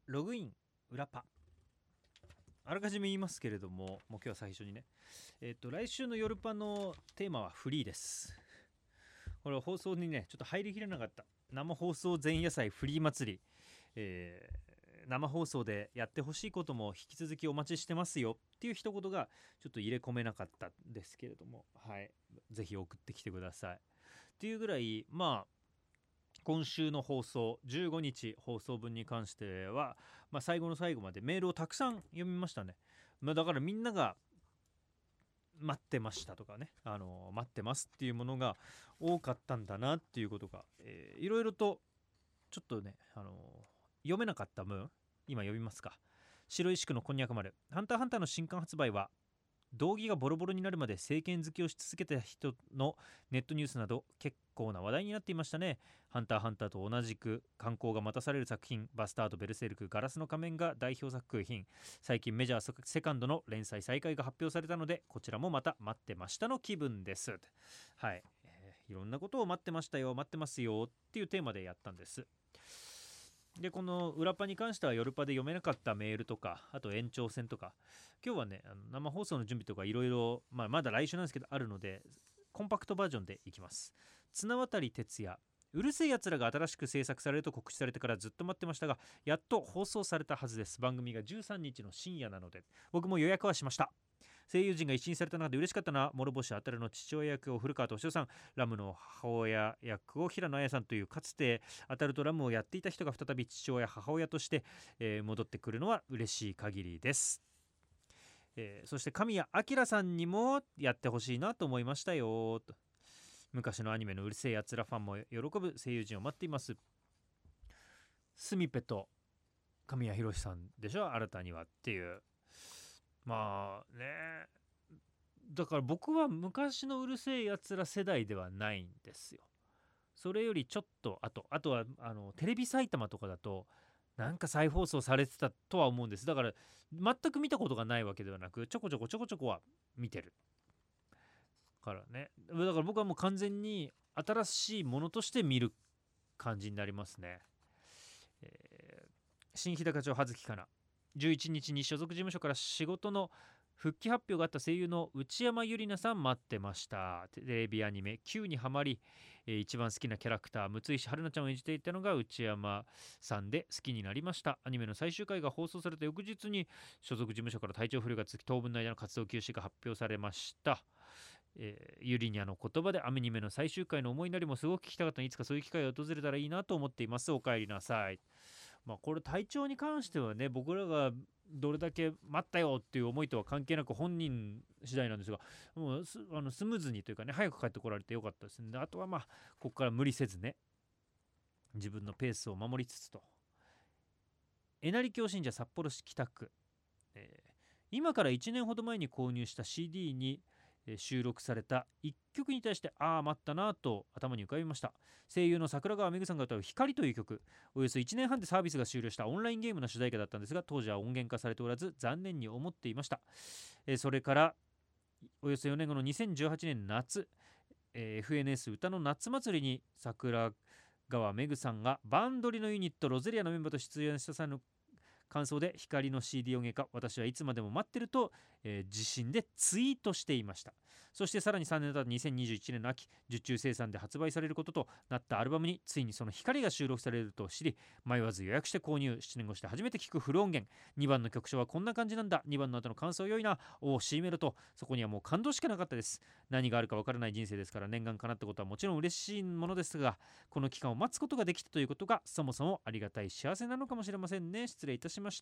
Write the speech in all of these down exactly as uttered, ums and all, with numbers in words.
ログイン裏パ、あらかじめ言いますけれども、もう今日は最初にね、えっと来週の夜パのテーマはフリーです。これは放送にねちょっと入りきれなかった、生放送前夜祭フリー祭り、えー生放送でやってほしいことも引き続きお待ちしてますよっていう一言がちょっと入れ込めなかったんですけれども、はい、ぜひ送ってきてくださいっていうぐらい、まあ今週の放送じゅうごにち放送分に関しては、まあ、最後の最後までメールをたくさん読みましたね、まあ、だからみんなが待ってましたとかね、あの待ってますっていうものが多かったんだなっていうことが、えーいろいろとちょっとね、あの読めなかった分今読みますか。白石区のこんにゃく丸、ハンターハンターの新刊発売は道着がボロボロになるまで政権好きをし続けた人のネットニュースなど結構な話題になっていましたね。ハンターハンターと同じく刊行が待たされる作品、バスタード、ベルセルク、ガラスの仮面が代表作品。最近メジャーセカンドの連載再開が発表されたので、こちらもまた待ってましたの気分です。はい、えーいろんなことを待ってましたよ、待ってますよっていうテーマでやったんです。でこの裏パに関しては夜パで読めなかったメールとか、あと延長戦とか、今日はねあの生放送の準備とかいろいろ、まあまだ来週なんですけどあるので、コンパクトバージョンでいきます。綱渡哲也、うるせえやつらが新しく制作されると告知されてからずっと待ってましたが、やっと放送されたはずです。番組がじゅうさんにちの深夜なので僕も予約はしました。声優陣が一新された中で嬉しかったのは、諸星あたるの父親役を古川敏夫さん、ラムの母親役を平野綾さんという、かつてあたるとラムをやっていた人が再び父親母親として、えー戻ってくるのは嬉しい限りです。えーそして神谷明さんにもやってほしいなと思いましたよと。昔のアニメのうるせえやつらファンも喜ぶ声優陣を待っています。スミペと神谷博さんでしょ、新たにはっていう。まあね、だから僕は昔のうるせえやつら世代ではないんですよ。それよりちょっとあとあとはあのテレビ埼玉とかだとなんか再放送されてたとは思うんです。だから全く見たことがないわけではなく、ちょこちょこちょこちょこは見てるからね。だから僕はもう完全に新しいものとして見る感じになりますね。えー新日高町葉月かな、じゅういちにちに所属事務所から仕事の復帰発表があった声優の内山ゆりなさん待ってました。テレビアニメ Q にハマり、えー一番好きなキャラクター六石春菜ちゃんを演じていたのが内山さんで好きになりました。アニメの最終回が放送された翌日に所属事務所から体調不良が続き、当分の間の活動休止が発表されました。えーゆりにゃの言葉でアニメの最終回の思いなりもすごく聞きたかったので、いつかそういう機会が訪れたらいいなと思っています。お帰りなさい。まあこれ体調に関してはね、僕らがどれだけ待ったよっていう思いとは関係なく本人次第なんですが、もうすあのスムーズにというかね、早く帰ってこられてよかったですね。であとはまあここから無理せずね、自分のペースを守りつつと。えなり教信者札幌市北区、えー今からいちねんほど前に購入した シーディー にえー収録されたいっきょくに対して、ああ待ったなぁと頭に浮かびました。声優の桜川めぐさんが歌う光という曲、およそいちねんはんでサービスが終了したオンラインゲームの主題歌だったんですが、当時は音源化されておらず残念に思っていました。えーそれからおよそよねんごのにせんじゅうはちねん夏、えー エフエヌエス 歌の夏祭りに桜川めぐさんがバンドリのユニットロゼリアのメンバーと出演した際の感想で、光の シーディー 音源化、私はいつまでも待ってると、えー自身でツイートしていました。そしてさらにさんねん経ったにせんにじゅういちねんの秋、受注生産で発売されることとなったアルバムについにその光が収録されると知り、迷わず予約して購入。ななねんごして初めて聴くフル音源、にばんの曲調はこんな感じなんだ、にばんの後の感想良いな、おお C メロと、そこにはもう感動しかなかったです。何があるかわからない人生ですから、念願かなったことはもちろん嬉しいものですが、この期間を待つことができたということがそもそもありがたい幸せなのかもしれませんね。失礼いたしました。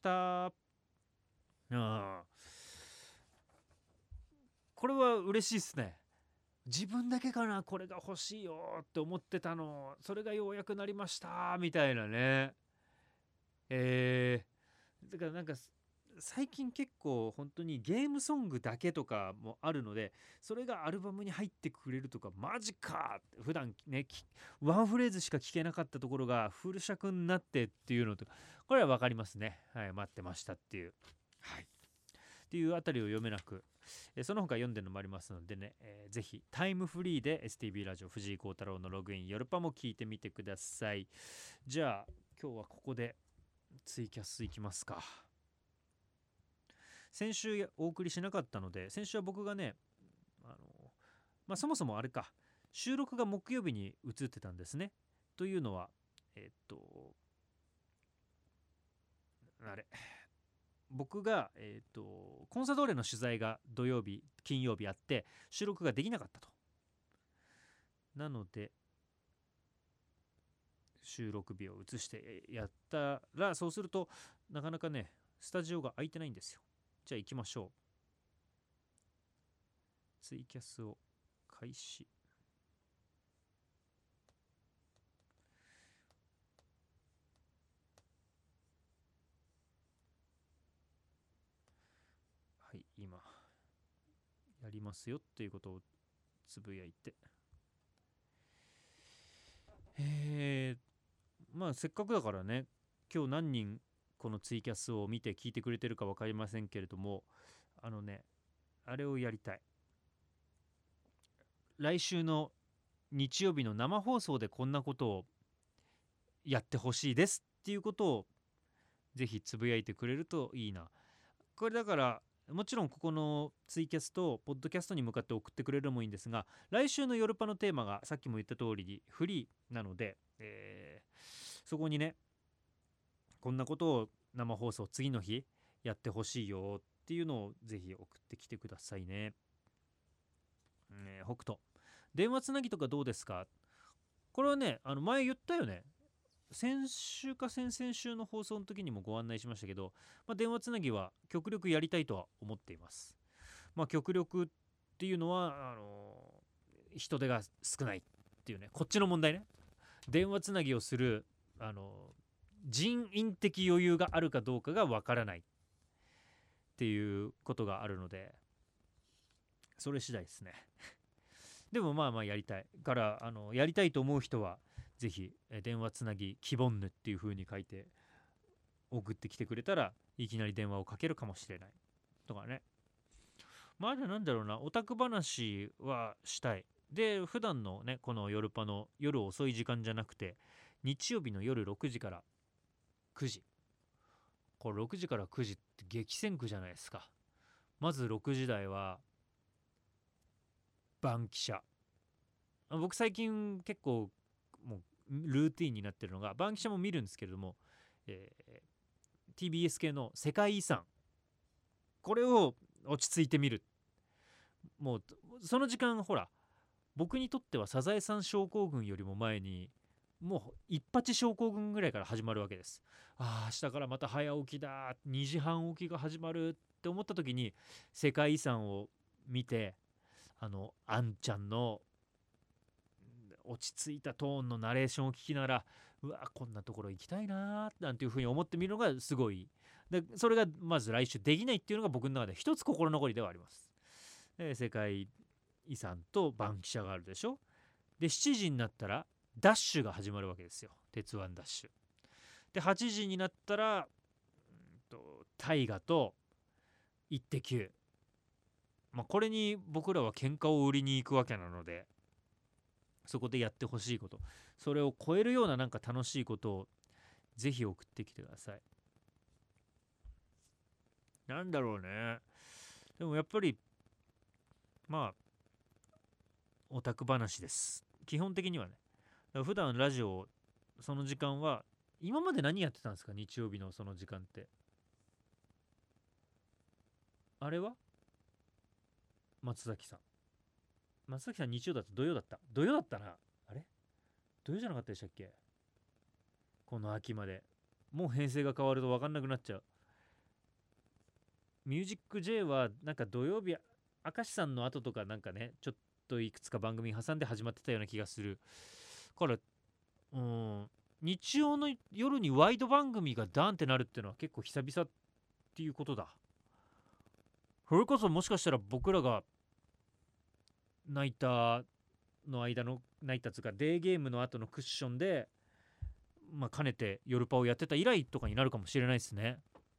うんこれは嬉しいですね。自分だけかなこれが欲しいよって思ってたの、それがようやくなりましたみたいなね。えー、だからなんか最近結構本当にゲームソングだけとかもあるので、それがアルバムに入ってくれるとかマジかって普段ねワンフレーズしか聴けなかったところがフル尺になってっていうのとか、これは分かりますね。はい、待ってましたっていう、はい、っていうあたりを読めなく、えーその他読んでるのもありますのでね、えーぜひタイムフリーで エスティービー ラジオ藤井幸太郎のログインヨルパも聞いてみてください。じゃあ今日はここでツイキャスいきますか。先週お送りしなかったので、先週は僕がね、あのまあそもそもあれか、収録が木曜日に移ってたんですね。というのはえっとあれ僕が、えっとコンサドーレの取材が土曜日金曜日あって収録ができなかったと。なので収録日を移してやったら、そうするとなかなかねスタジオが空いてないんですよ。じゃあ行きましょう。ツイキャスを開始。はい、今やりますよっていうことをつぶやいて、えー、まあせっかくだからね、今日何人このツイキャスを見て聞いてくれてるか分かりませんけれども、あのねあれをやりたい。来週の日曜日の生放送でこんなことをやってほしいですっていうことをぜひつぶやいてくれるといいな。これだからもちろんここのツイキャスとポッドキャストに向かって送ってくれるのもいいんですが、来週の夜パのテーマがさっきも言った通りにフリーなので、えーそこにねこんなことを生放送次の日やってほしいよっていうのをぜひ送ってきてくださいね。ね、北斗電話つなぎとかどうですか。これはねあの前言ったよね。先週か先々週の放送の時にもご案内しましたけど、まあ、電話つなぎは極力やりたいとは思っています。まあ極力っていうのはあの人手が少ないっていうね、こっちの問題ね。電話つなぎをするあの人員的余裕があるかどうかがわからないっていうことがあるので、それ次第ですね。でもまあまあやりたいからあのやりたいと思う人はぜひ電話つなぎ希望ぬっていう風に書いて送ってきてくれたらいきなり電話をかけるかもしれないとかね。まあじゃあなんだろうな、オタク話はしたい。で普段のねこの夜パの夜遅い時間じゃなくて日曜日の夜ろくじからくじ、これろくじからくじって激戦区じゃないですか。まずろくじ台はバンキシャ。僕最近結構もうルーティンになってるのが、バンキシャも見るんですけれども、えー ティービーエス 系の世界遺産、これを落ち着いて見る。もうその時間ほら僕にとってはサザエさん症候群よりも前にもう一発症候群ぐらいから始まるわけです。ああ明日からまた早起きだ、にじはん起きが始まるって思った時に世界遺産を見て、あのあんちゃんの落ち着いたトーンのナレーションを聞きながら、うわこんなところ行きたいなーなんていうふうに思ってみるのがすごい。でそれがまず来週できないっていうのが僕の中で一つ心残りではあります。で世界遺産とバンキシャがあるでしょ。でしちじになったらダッシュが始まるわけですよ、鉄腕ダッシュで。はちじになったらうんと大河とイッテ Q、まあこれに僕らは喧嘩を売りに行くわけなので、そこでやってほしいこと、それを超えるようななんか楽しいことをぜひ送ってきてください。なんだろうね。でもやっぱりまあオタク話です基本的にはね。だから普段ラジオその時間は今まで何やってたんですか、日曜日のその時間って。あれは松崎さん松崎さん日曜だった土曜だった土曜だったな。あれ土曜じゃなかったでしたっけ。この秋までもう編成が変わると分かんなくなっちゃう。ミュージック J はなんか土曜日明石さんの後とかなんかねちょっといくつか番組挟んで始まってたような気がするからうん日曜の夜にワイド番組がダンってなるっていうのは結構久々っていうことだ。それこそもしかしたら僕らがナイターの間のナイターつうかデーゲームの後のクッションでまあ兼ねて夜パをやってた以来とかになるかもしれないですね。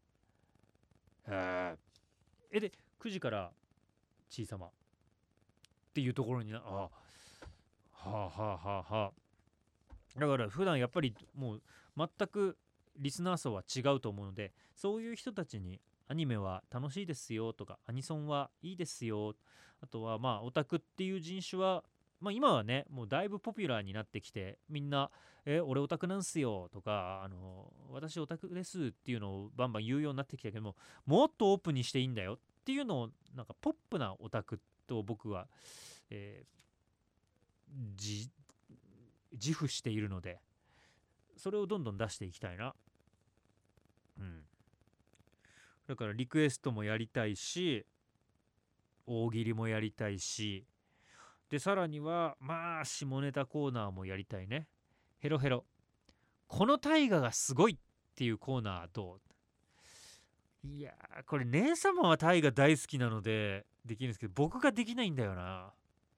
へえ。でくじから小さまっていうところにな、あはあはあはあはあ。だから普段やっぱりもう全くリスナー層は違うと思うので、そういう人たちにアニメは楽しいですよとか、アニソンはいいですよ、あとはまあオタクっていう人種は、まあ、今はねもうだいぶポピュラーになってきて、みんな「え俺オタクなんすよ」とかあの「私オタクです」っていうのをバンバン言うようになってきたけども、もっとオープンにしていいんだよっていうのを、なんかポップなオタクと僕は、えー自自負しているので、それをどんどん出していきたいな。うん。だからリクエストもやりたいし、大喜利もやりたいし、でさらにはまあ下ネタコーナーもやりたいね。ヘロヘロこの大河がすごいっていうコーナーどう？いやーこれ姉様は大河大好きなのでできるんですけど、僕ができないんだよな。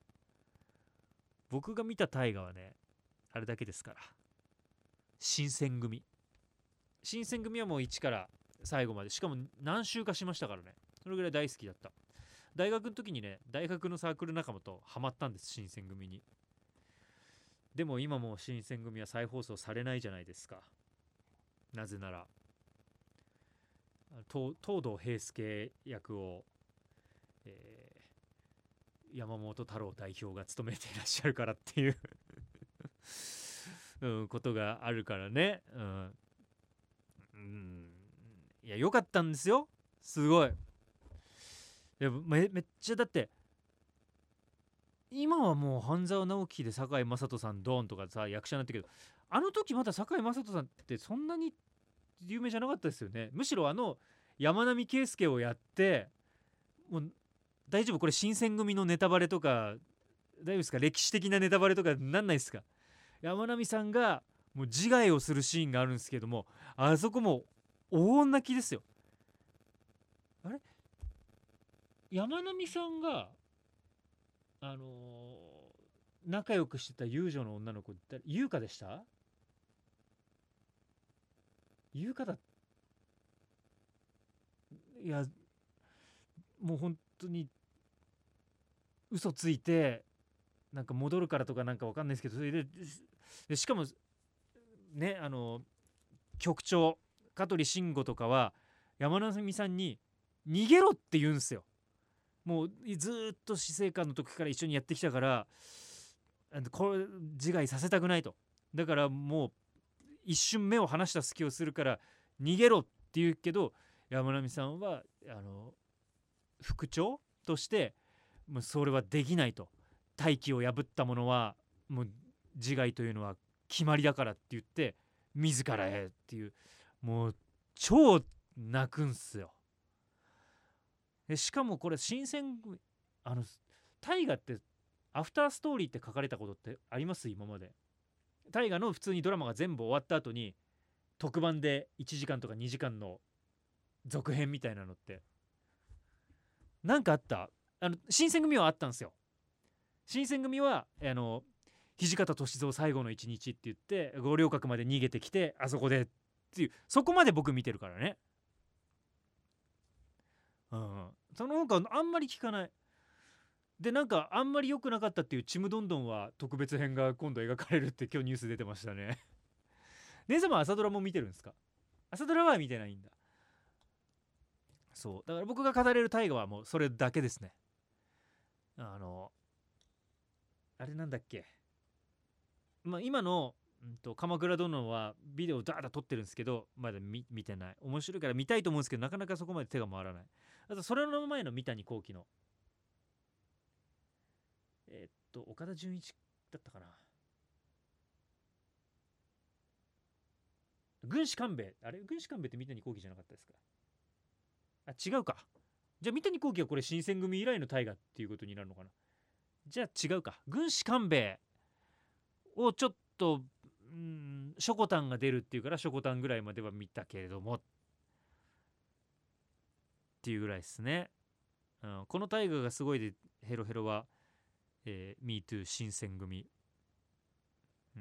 僕が見た大河はねあれだけですから。新選組新選組はもういちから最後まで、しかも何週かしましたからね。それぐらい大好きだった。大学の時にね、大学のサークル仲間とハマったんです、新選組に。でも今もう新選組は再放送されないじゃないですか。なぜなら東堂平介役を、えー山本太郎代表が務めていらっしゃるからっていううん、ことがあるからね。うん、うん、いや良かったんですよ、すごい。いや め, めっちゃだって今はもう半沢直樹で堺雅人さんドーンとかさ役者になってるけど、あの時まだ堺雅人さんってそんなに有名じゃなかったですよね。むしろあの山並圭介をやって、もう大丈夫これ新選組のネタバレとか大丈夫ですか、歴史的なネタバレとかなんないですか。山並さんがもう自害をするシーンがあるんですけども、あそこも大泣きですよ。あれ山並さんがあのー仲良くしてた遊女の女の子って優香でした？優香だ。いやもう本当に嘘ついてなんか戻るからとかなんかわかんないですけど、それででしかもね、あの局長香取慎吾とかは山並さんに逃げろって言うんすよ。もうずっと死生観の時から一緒にやってきたから、これ自害させたくないと。だからもう一瞬目を離した隙をするから逃げろって言うけど、山並さんはあの副長としてもうそれはできないと。大気を破ったものはもう自害というのは決まりだからって言って自らへっていう、もう超泣くんすよ。でしかもこれ新選組あの大河ってアフターストーリーって書かれたことってあります？今まで大河の普通にドラマが全部終わった後に特番でいちじかんとかにじかんの続編みたいなのってなんかあった？あの新選組はあったんですよ。新選組はあの土方歳三最後の一日って言って五稜郭まで逃げてきてあそこでっていう、そこまで僕見てるからね。うん、その他あんまり聞かない。でなんかあんまり良くなかったっていうちむどんどんは特別編が今度描かれるって今日ニュース出てましたね姉様は朝ドラも見てるんですか？朝ドラは見てないんだ。そうだから僕が語れる大河はもうそれだけですね。あのあれなんだっけ、まあ今の、うんと、鎌倉殿はビデオダーッと撮ってるんですけどまだ 見, 見てない。面白いから見たいと思うんですけどなかなかそこまで手が回らない。あとそれの前の三谷幸喜のえーっと岡田准一だったかな、軍師官兵衛。あれ軍師官兵衛って三谷幸喜じゃなかったですか？あ違うか。じゃあ三谷幸喜はこれ新選組以来の大河っていうことになるのかな。じゃあ違うか。軍師官兵衛をちょっとうんショコタンが出るっていうからショコタンぐらいまでは見たけれどもっていうぐらいですね。うん、この大河がすごいでヘロヘロは、えー、MeToo 新選組。うん、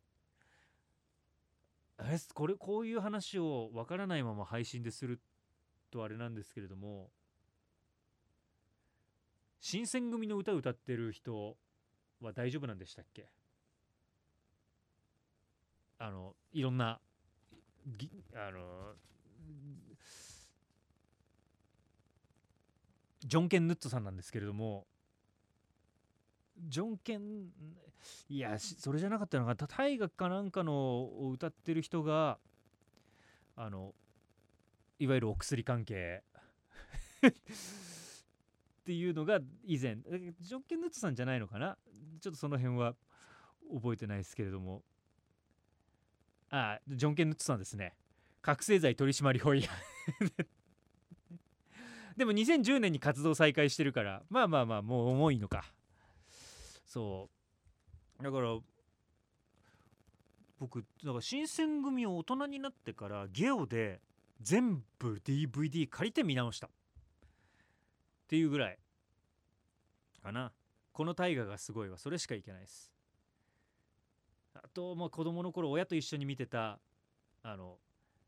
あれこれこういう話をわからないまま配信でするとあれなんですけれども、新選組の歌を歌ってる人は大丈夫なんでしたっけ？あのいろんなぎあのジョン・ケン・ヌットさんなんですけれども、ジョン・ケン、いやそれじゃなかったのか、大河かなんかのを歌ってる人があのいわゆるお薬関係っていうのが以前、ジョン・ケン・ヌットさんじゃないのかな、ちょっとその辺は覚えてないですけれども、ああジョン・ケン・ヌットさんですね。覚醒剤取締法違反でもにせんじゅうねんに活動再開してるから、まあまあまあもう重いのか。そうだから僕だから新選組を大人になってからゲオで全部 ディーブイディー 借りて見直したっていうぐらいかな。この大河がすごいわ、それしかいけないです。あとまあ子供の頃親と一緒に見てたあの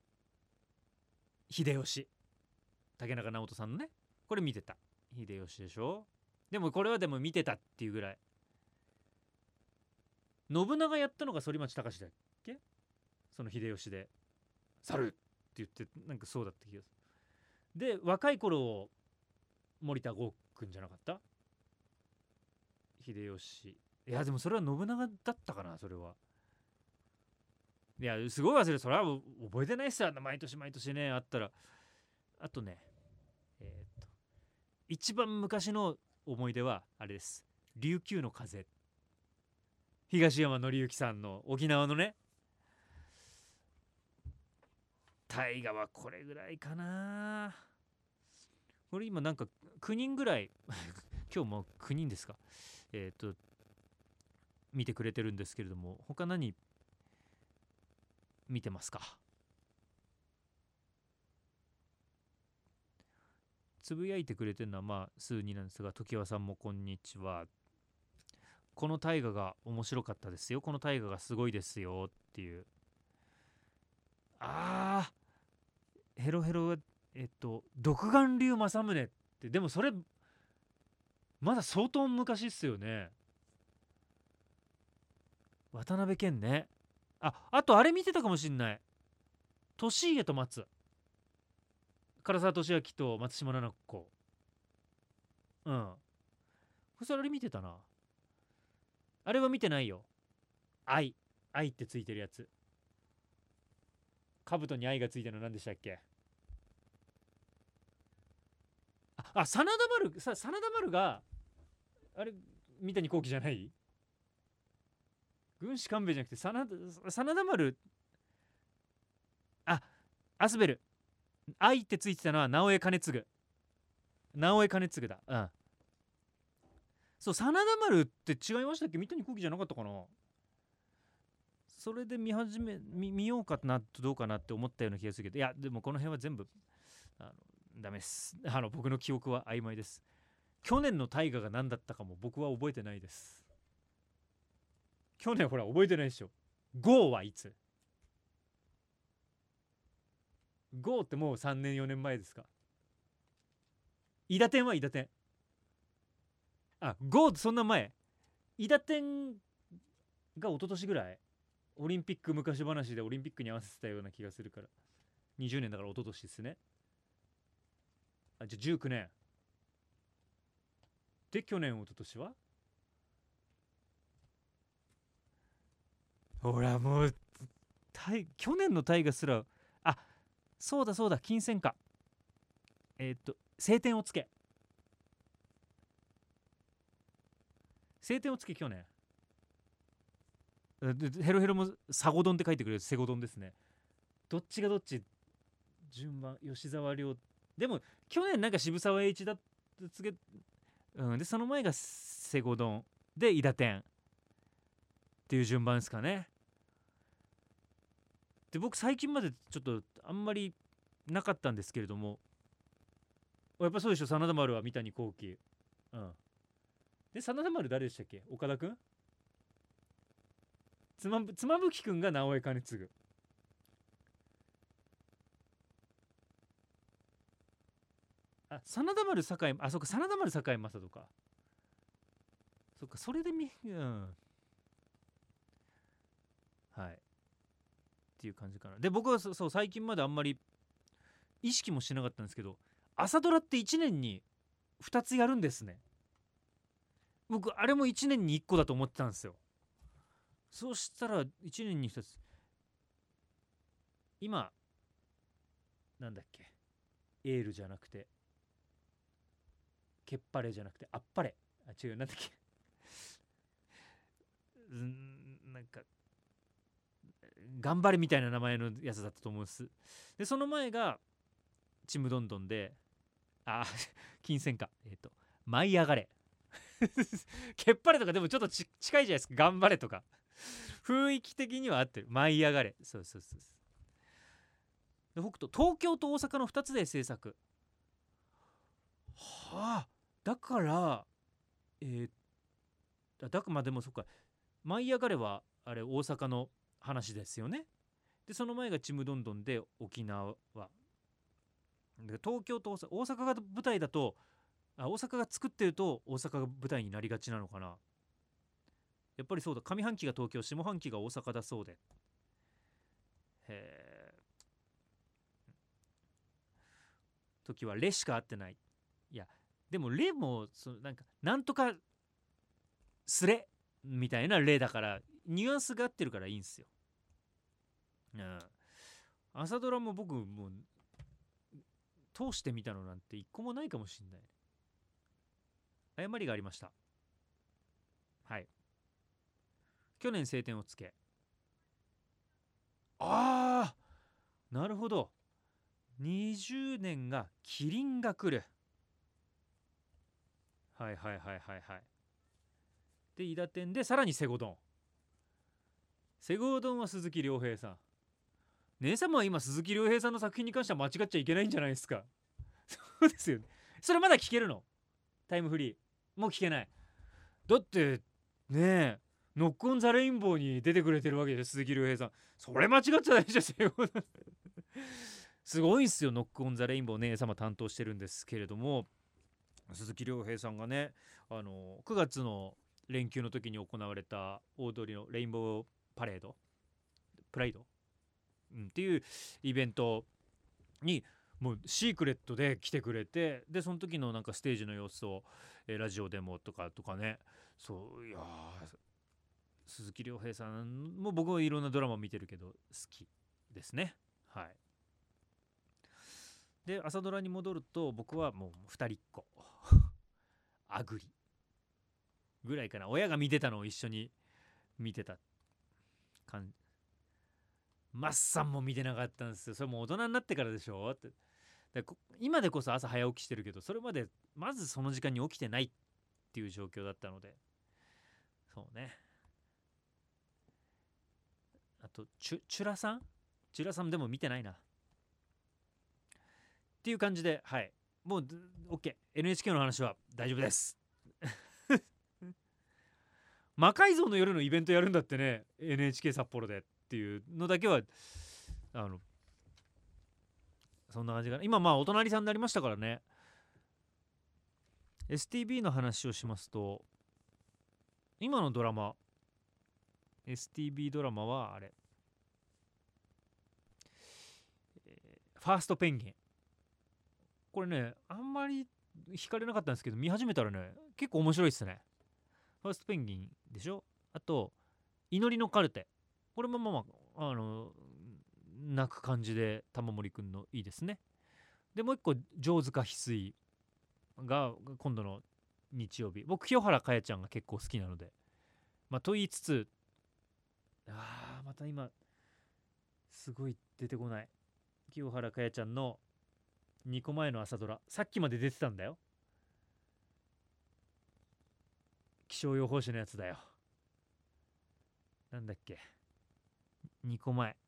秀吉、竹中直人さんのね、これ見てた。秀吉でしょ。でもこれはでも見てたっていうぐらい。信長やったのが反町隆史だっけ、その秀吉で猿って言って、なんかそうだった気がする。で若い頃を森田剛君じゃなかった、秀吉。いやでもそれは信長だったかな、それは。いやすごい忘れる、それは覚えてないっすよ、毎年毎年ねあったら。あとね、えー、っと一番昔の思い出はあれです、琉球の風、東山紀之さんの沖縄のね。大河はこれぐらいかな。これ今なんかきゅうにんぐらい今日もきゅうにんですか、えー、っと見てくれてるんですけれども、他何見てますか。つぶやいてくれてるのはまあ数人なんですが、常盤さんもこんにちは。この大河が面白かったですよ、この大河がすごいですよっていう。あーヘロヘロ、えっと独眼竜政宗って、でもそれまだ相当昔っすよね。渡辺謙ね。ああとあれ見てたかもしんない、利家と松、唐沢寿明と松島菜々子。うんそれあれ見てたな。あれは見てないよ。愛愛ってついてるやつ、兜に愛がついてるの何でしたっけ。ああ真田丸さ、真田丸があれ三谷幸喜じゃない、軍師官兵衛じゃなくて真田真田丸。あアスベル、愛ってついてたのは直江兼次、直江兼次だ。うんそう、真田丸って違いましたっけ、三谷幸喜じゃなかったかな。それで見始め 見, 見ようかなとどうかなって思ったような気がするけど、いやでもこの辺は全部あのダメです。あの僕の記憶は曖昧です。去年の大河が何だったかも僕は覚えてないです。去年ほら覚えてないでしょ。ゴーはいつ、ゴーってもうさんねんよねんまえですか。伊達天は伊達天、あゴーってそんな前、伊達天が一昨年ぐらい、オリンピック昔話でオリンピックに合わせてたような気がするから、にじゅうねんだから一昨年ですね。あじゃあじゅうきゅうねんで、去年一昨年はほらもう去年の大河すら、あそうだそうだ、金銭か、えー、っと晴天をつけ、晴天をつけ去年、ヘロヘロもサゴドンって書いてくれるセゴドンですね。どっちがどっち、順番吉沢亮、でも去年なんか渋沢栄一だってつけ、うん、でその前がセゴドンで伊達天っていう順番ですかね。で僕最近までちょっとあんまりなかったんですけれども、やっぱそうでしょ、真田丸は三谷幸喜。うんで真田丸誰でしたっけ、岡田君、つま妻夫木君が直江兼次。あ真田丸堺、あそっか真田丸堺雅人か、そっかそれでみうんはいっていう感じかな。で僕はそそう最近まであんまり意識もしなかったんですけど、朝ドラっていちねんにふたつやるんですね。僕あれもいちねんにいっこだと思ってたんですよ。そうしたらいちねんにふたつ。今なんだっけ、エールじゃなくてけっぱれじゃなくてあっぱれ、あ違う、なんだっけうーんなんか頑張れみたいな名前のやつだったと思うんです。でその前がちむどんどんで、あ金銭か、えっ、ー、と舞い上がれけっぱれとかでもちょっとち近いじゃないですか、頑張れとか雰囲気的には合ってる。舞い上がれ、そうそうそうそう。で北斗、東京と大阪のふたつで制作。はあ、だからえー、だからまあでもそっか、舞い上がれはあれ大阪の話ですよね。でその前がちむどんどんで沖縄。で東京と大阪、大阪が舞台だと、あ大阪が作ってると大阪が舞台になりがちなのかな。やっぱりそうだ、上半期が東京、下半期が大阪だそうで。へえ。時はレしか合ってない。いやでもレもそのなんかなんとかすれみたいなレだから、ニュアンスが合ってるからいいんすよ。うん。朝ドラも僕もう通してみたのなんて一個もないかもしんない。誤りがありました。はい。去年晴天をつけ。あー、なるほど。にじゅうねんがキリンが来る。はいはいはいはいはい。で伊達天でさらにセゴドン。セゴドンは鈴木亮平さん。姉様は今鈴木亮平さんの作品に関しては間違っちゃいけないんじゃないですか。そうですよね。それまだ聞けるの？タイムフリーもう聞けない。だってねえ、ノックオンザレインボーに出てくれてるわけで鈴木亮平さん。それ間違っちゃないじゃん。すごいんすよ。ノックオンザレインボー姉様担当してるんですけれども、鈴木亮平さんがね、あのくがつの連休の時に行われた大通りのレインボーパレードプライド、うん、っていうイベントにもうシークレットで来てくれて、でその時のなんかステージの様子を、えーラジオでもとかとかね。そういや鈴木亮平さんも僕はいろんなドラマ見てるけど好きですね。はい。で朝ドラに戻ると、僕はもうふたりっ子あぐりぐらいかな。親が見てたのを一緒に見てた感じ。マッサンも見てなかったんですよ。それも大人になってからでしょって。で今でこそ朝早起きしてるけど、それまでまずその時間に起きてないっていう状況だったので。そうね。あとチュチュラさんチュラさんでも見てないなっていう感じで、はい、もう OK。 エヌエイチケー の話は大丈夫です。魔改造の夜のイベントやるんだってね、 エヌエイチケー 札幌でっていうのだけはあのそんな感じが、今まあお隣さんになりましたからね。 エスティービー の話をしますと、今のドラマ エスティービー ドラマはあれ、えーファーストペンギン。これねあんまり惹かれなかったんですけど、見始めたらね結構面白いっすね。ファーストペンギンでしょ。あと祈りのカルテ、これもまあまああの泣く感じで玉森くんのいいですね。でもう一個上手か翡翠が今度の日曜日、僕清原果耶ちゃんが結構好きなので、まあと言いつつ、あーまた今すごい出てこない。清原果耶ちゃんのにこまえの朝ドラ、さっきまで出てたんだよ。気象予報士のやつだよ。なんだっけ、にこまえ。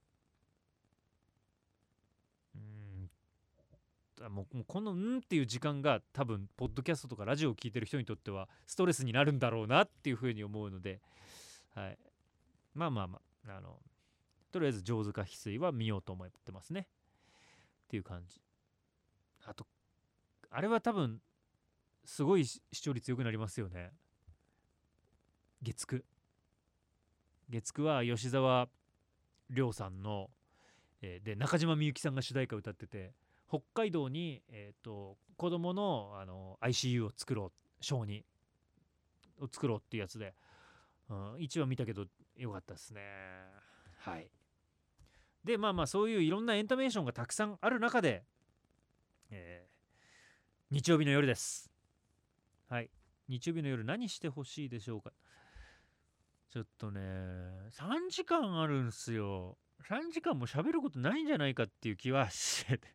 うーんもうもうこの「ん」っていう時間が多分ポッドキャストとかラジオを聞いてる人にとってはストレスになるんだろうなっていうふうに思うので、はい、まあまあまあ、あのとりあえず上手か翡翠は見ようと思ってますねっていう感じ。あとあれは多分すごい視聴率良くなりますよね。月9月9は吉沢亮さんのえーで中島みゆきさんが主題歌歌ってて、北海道に、えー、と子供のあの アイシーユー を作ろう、小児を作ろうっていうやつで、うん、いちわ見たけどよかったですね。はい。でまあまあそういういろんなエンタメーションがたくさんある中で、えー日曜日の夜です。はい。日曜日の夜何してほしいでしょうか。ちょっとね、さんじかんあるんすよ。さんじかんも喋ることないんじゃないかっていう気はしてて。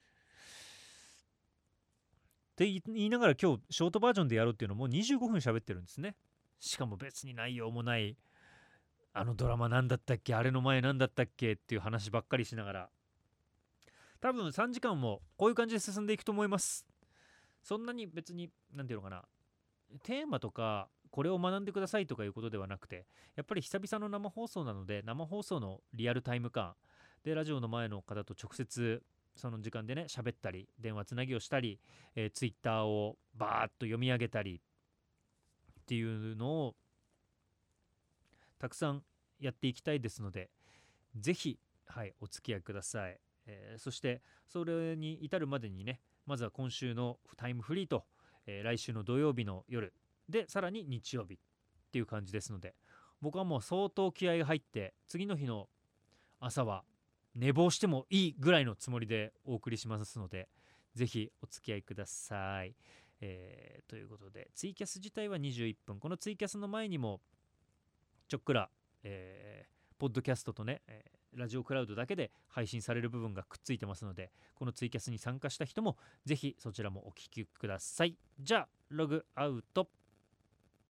って言いながら今日ショートバージョンでやろうっていうのもにじゅうごふん喋ってるんですね。しかも別に内容もない、あのドラマなんだったっけ、あれの前なんだったっけっていう話ばっかりしながら、多分さんじかんもこういう感じで進んでいくと思います。そんなに別に何ていうのかな、テーマとかこれを学んでくださいとかいうことではなくて、やっぱり久々の生放送なので、生放送のリアルタイム感でラジオの前の方と直接その時間でね喋ったり、電話つなぎをしたり、えー、ツイッターをバーッと読み上げたりっていうのをたくさんやっていきたいですので、ぜひ、はい、お付き合いください。えーそしてそれに至るまでにね、まずは今週のタイムフリーと、えー来週の土曜日の夜で、さらに日曜日っていう感じですので、僕はもう相当気合が入って、次の日の朝は寝坊してもいいぐらいのつもりでお送りしますので、ぜひお付き合いください。えーということで、ツイキャス自体はにじゅういっぷん、このツイキャスの前にもちょっくら、えーポッドキャストとね、えーラジオクラウドだけで配信される部分がくっついてますので、このツイキャスに参加した人もぜひそちらもお聞きください。じゃあログアウト。